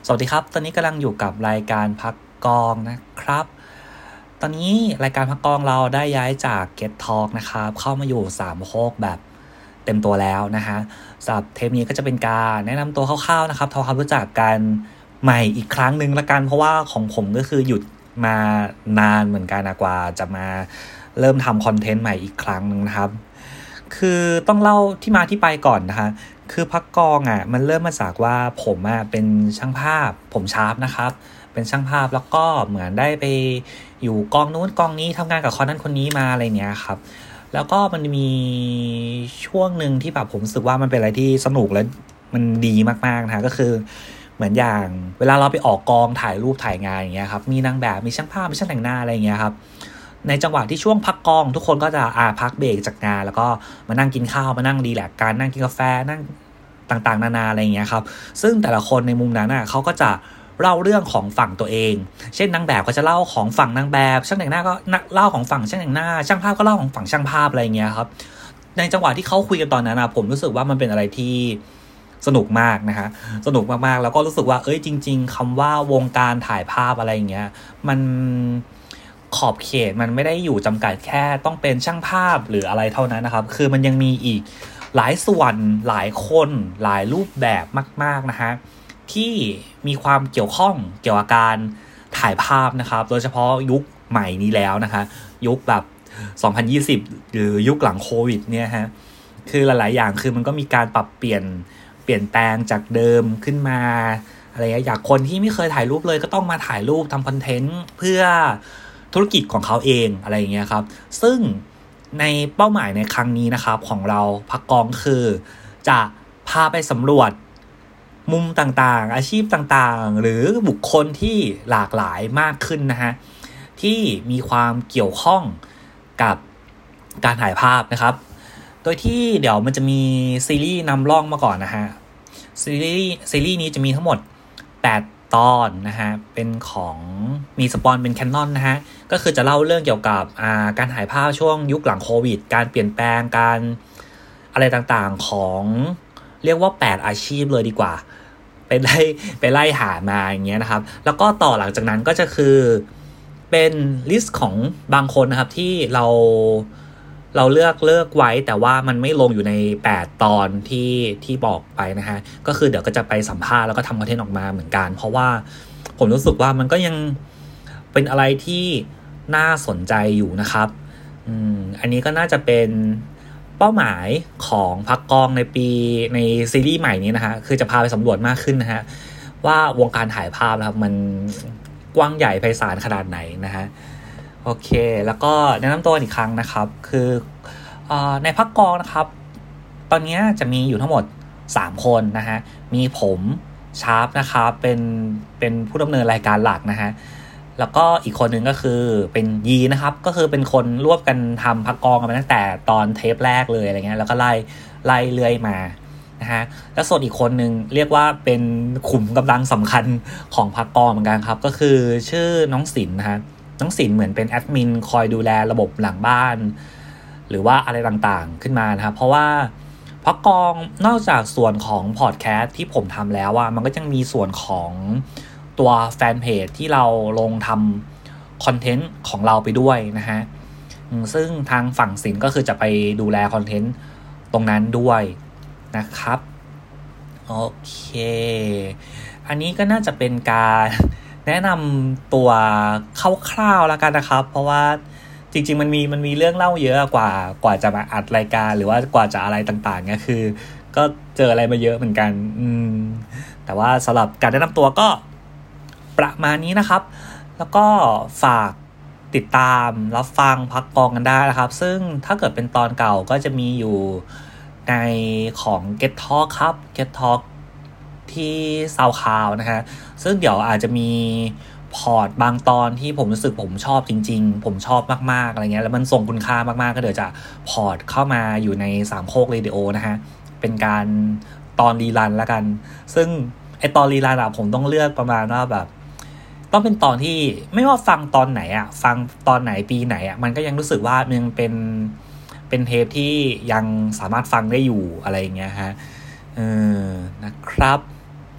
สวัสดีครับตอนนี้กำลังอยู่กับรายการพักกองนะครับตอนนี้รายการพักกองเราได้ย้ายจาก Get Talk นะครับเข้ามาอยู่3โคกแบบเต็มตัวแล้วนะฮะสำหรับเทปนี้ก็จะเป็นการแนะนำตัวคร่าวๆนะครับทำความรู้จักกันใหม่อีกครั้งนึงละกันเพราะว่าของผมก็คือหยุดมานานเหมือนกันนะกว่าจะมาเริ่มทำคอนเทนต์ใหม่อีกครั้งนึงนะครับคือต้องเล่าที่มาที่ไปก่อนนะคะคือพักกองมันเริ่มมาจากว่าผมเป็นช่างภาพผมชาร์ปนะครับเป็นช่างภาพแล้วก็เหมือนได้ไปอยู่กองนู้นกองนี้ทำงานกับคนนั้นคนนี้มาอะไรเนี้ยครับแล้วก็มันมีช่วงหนึ่งที่แบบผมรู้สึกว่ามันเป็นอะไรที่สนุกและมันดีมากๆนะก็คือเหมือนอย่างเวลาเราไปออกกองถ่ายรูปถ่ายงานอย่างเงี้ยครับมีนางแบบมีช่างภาพมีช่างแต่งหน้าอะไรอย่างเงี้ยครับในจังหวะที่ช่วงพักกองทุกคนก็จะพักเบรกจากงานแล้วก็มานั่งกินข้าวมานั่งรีแลกซ์กันนั่งกินกาแฟนั่งต่างๆนานาอะไรอย่างเงี้ยครับซึ่งแต่ละคนในมุมนั้นเขาก็จะเล่าเรื่องของฝั่งตัวเองเช่นนางแบบก็จะเล่าของฝั่งนางแบบช่างแต่งหน้าก็เล่าของฝั่งช่างแต่งหน้าช่างภาพก็เล่าของฝั่งช่างภาพอะไรอย่างเงี้ยครับในจังหวะที่เขาคุยกันตอนนั้นผมรู้สึกว่ามันเป็นอะไรที่สนุกมากนะฮะสนุกมากๆแล้วก็รู้สึกว่าจริงๆคำว่าวงการถ่ายภาพอะไรอย่างเงี้ยมันขอบเขตมันไม่ได้อยู่จำกัดแค่ต้องเป็นช่างภาพหรืออะไรเท่านั้นนะครับคือมันยังมีอีกหลายส่วนหลายคนหลายรูปแบบมากๆนะฮะที่มีความเกี่ยวข้องเกี่ยวกับการถ่ายภาพนะครับโดยเฉพาะยุคใหม่นี้แล้วนะคะยุคแบบ2020หรือยุคหลังโควิดเนี่ยฮะคือหลายๆอย่างคือมันก็มีการปรับเปลี่ยนแปลงจากเดิมขึ้นมาอะไรอย่างคนที่ไม่เคยถ่ายรูปเลยก็ต้องมาถ่ายรูปทำคอนเทนต์เพื่อธุรกิจของเขาเองอะไรอย่างเงี้ยครับซึ่งในเป้าหมายในครั้งนี้นะครับของเราพักกองคือจะพาไปสำรวจมุมต่างๆอาชีพต่างๆหรือบุคคลที่หลากหลายมากขึ้นนะฮะที่มีความเกี่ยวข้องกับการถ่ายภาพนะครับโดยที่เดี๋ยวมันจะมีซีรีส์นำร่องมาก่อนนะฮะซีรีส์นี้จะมีทั้งหมด8ตอนนะฮะเป็นของมีสปอนเป็น Canon นะฮะก็คือจะเล่าเรื่องเกี่ยวกับการถ่ายภาพช่วงยุคหลังโควิดการเปลี่ยนแปลงการอะไรต่างๆของเรียกว่า8อาชีพเลยดีกว่าไปไล่หามาอย่างเงี้ยนะครับแล้วก็ต่อหลังจากนั้นก็จะคือเป็นลิสต์ของบางคนนะครับที่เราเลือกไว้แต่ว่ามันไม่ลงอยู่ใน8ตอนที่บอกไปนะฮะก็คือเดี๋ยวก็จะไปสัมภาษณ์แล้วก็ทำคอนเทนต์ออกมาเหมือนกันเพราะว่าผมรู้สึกว่ามันก็ยังเป็นอะไรที่น่าสนใจอยู่นะครับอันนี้ก็น่าจะเป็นเป้าหมายของพักกองในซีรีส์ใหม่นี้นะฮะคือจะพาไปสำรวจมากขึ้นนะฮะว่าวงการถ่ายภาพนะครับมันกว้างใหญ่ไพศาลขนาดไหนนะฮะโอเคแล้วก็แนะนำตัวอีกครั้งนะครับคือในพักกองนะครับตอนนี้จะมีอยู่ทั้งหมด3คนนะฮะมีผมชาร์ปนะครับเป็นผู้ดำเนินรายการหลักนะฮะแล้วก็อีกคนนึงก็คือเป็นยีนะครับก็คือเป็นคนร่วมกันทำพักกองกันมาตั้งแต่ตอนเทปแรกเลยอะไรเงี้ยแล้วก็ไล่เรื่อยมานะฮะแล้วส่วนอีกคนนึงเรียกว่าเป็นขุมกำลังสำคัญของพักกองเหมือนกันครับก็คือชื่อน้องศิลป์นะฮะน้องศิลป์เหมือนเป็นแอดมินคอยดูแลระบบหลังบ้านหรือว่าอะไรต่างๆขึ้นมานะครับเพราะว่าพักกองนอกจากส่วนของพอดแคสต์ที่ผมทำแล้วมันก็ยังมีส่วนของตัวแฟนเพจที่เราลงทำคอนเทนต์ของเราไปด้วยนะฮะซึ่งทางฝั่งศิลป์ก็คือจะไปดูแลคอนเทนต์ตรงนั้นด้วยนะครับโอเคอันนี้ก็น่าจะเป็นการแนะนำตัวคร่าวๆแล้วกันนะครับเพราะว่าจริงๆมันมีเรื่องเล่าเยอะกว่าจะมาอัดรายการหรือว่ากว่าจะอะไรต่างๆเนี่ยคือก็เจออะไรมาเยอะเหมือนกันแต่ว่าสำหรับการแนะนำตัวก็ประมาณนี้นะครับแล้วก็ฝากติดตามรับฟังพักกองกันได้นะครับซึ่งถ้าเกิดเป็นตอนเก่าก็จะมีอยู่ในของ Get Talk ครับ Get Talk ที่ SoundCloud นะฮะซึ่งเดี๋ยวอาจจะมีพอร์ตบางตอนที่ผมรู้สึกผมชอบจริงๆผมชอบมากๆอะไรเงี้ยแล้วมันส่งคุณค่ามากๆก็เดี๋ยวจะพอร์ตเข้ามาอยู่ใน3โคกเรดิโอนะฮะเป็นการตอนรีรันแล้วกันซึ่งไอตอนรีรันผมต้องเลือกประมาณว่าแบบต้องเป็นตอนที่ไม่ว่าฟังตอนไหนฟังตอนไหนปีไหนมันก็ยังรู้สึกว่ามันเป็นเทปที่ยังสามารถฟังได้อยู่อะไรอย่างเงี้ยฮะนะครับ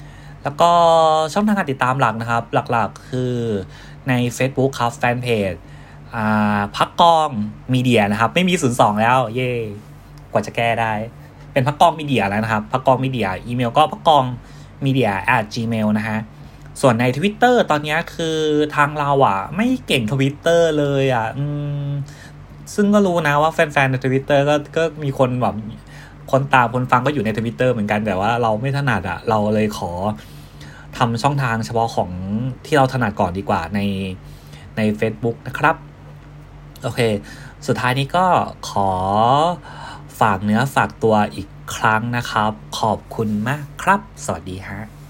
แล้วก็ช่องทางการติดตามหลักนะครับหลักๆคือใน Facebook ครับแฟนเพจพักกองมีเดียนะครับไม่มี02แล้วเย่กว่าจะแก้ได้เป็นพักกองมีเดียแล้วนะครับพักกองมีเดียอีเมลก็พักกองmedia@gmail นะฮะส่วนใน Twitter ตอนนี้คือทางเราไม่เก่ง Twitter เลยซึ่งก็รู้นะว่าแฟนๆใน Twitter ก็มีคนแบบคนตามคนฟังก็อยู่ใน Twitter เหมือนกันแต่ว่าเราไม่ถนัดเราเลยขอทำช่องทางเฉพาะของที่เราถนัดก่อนดีกว่าใน Facebook นะครับโอเคสุดท้ายนี้ก็ขอฝากเนื้อฝากตัวอีกครั้งนะครับขอบคุณมากครับสวัสดีฮะ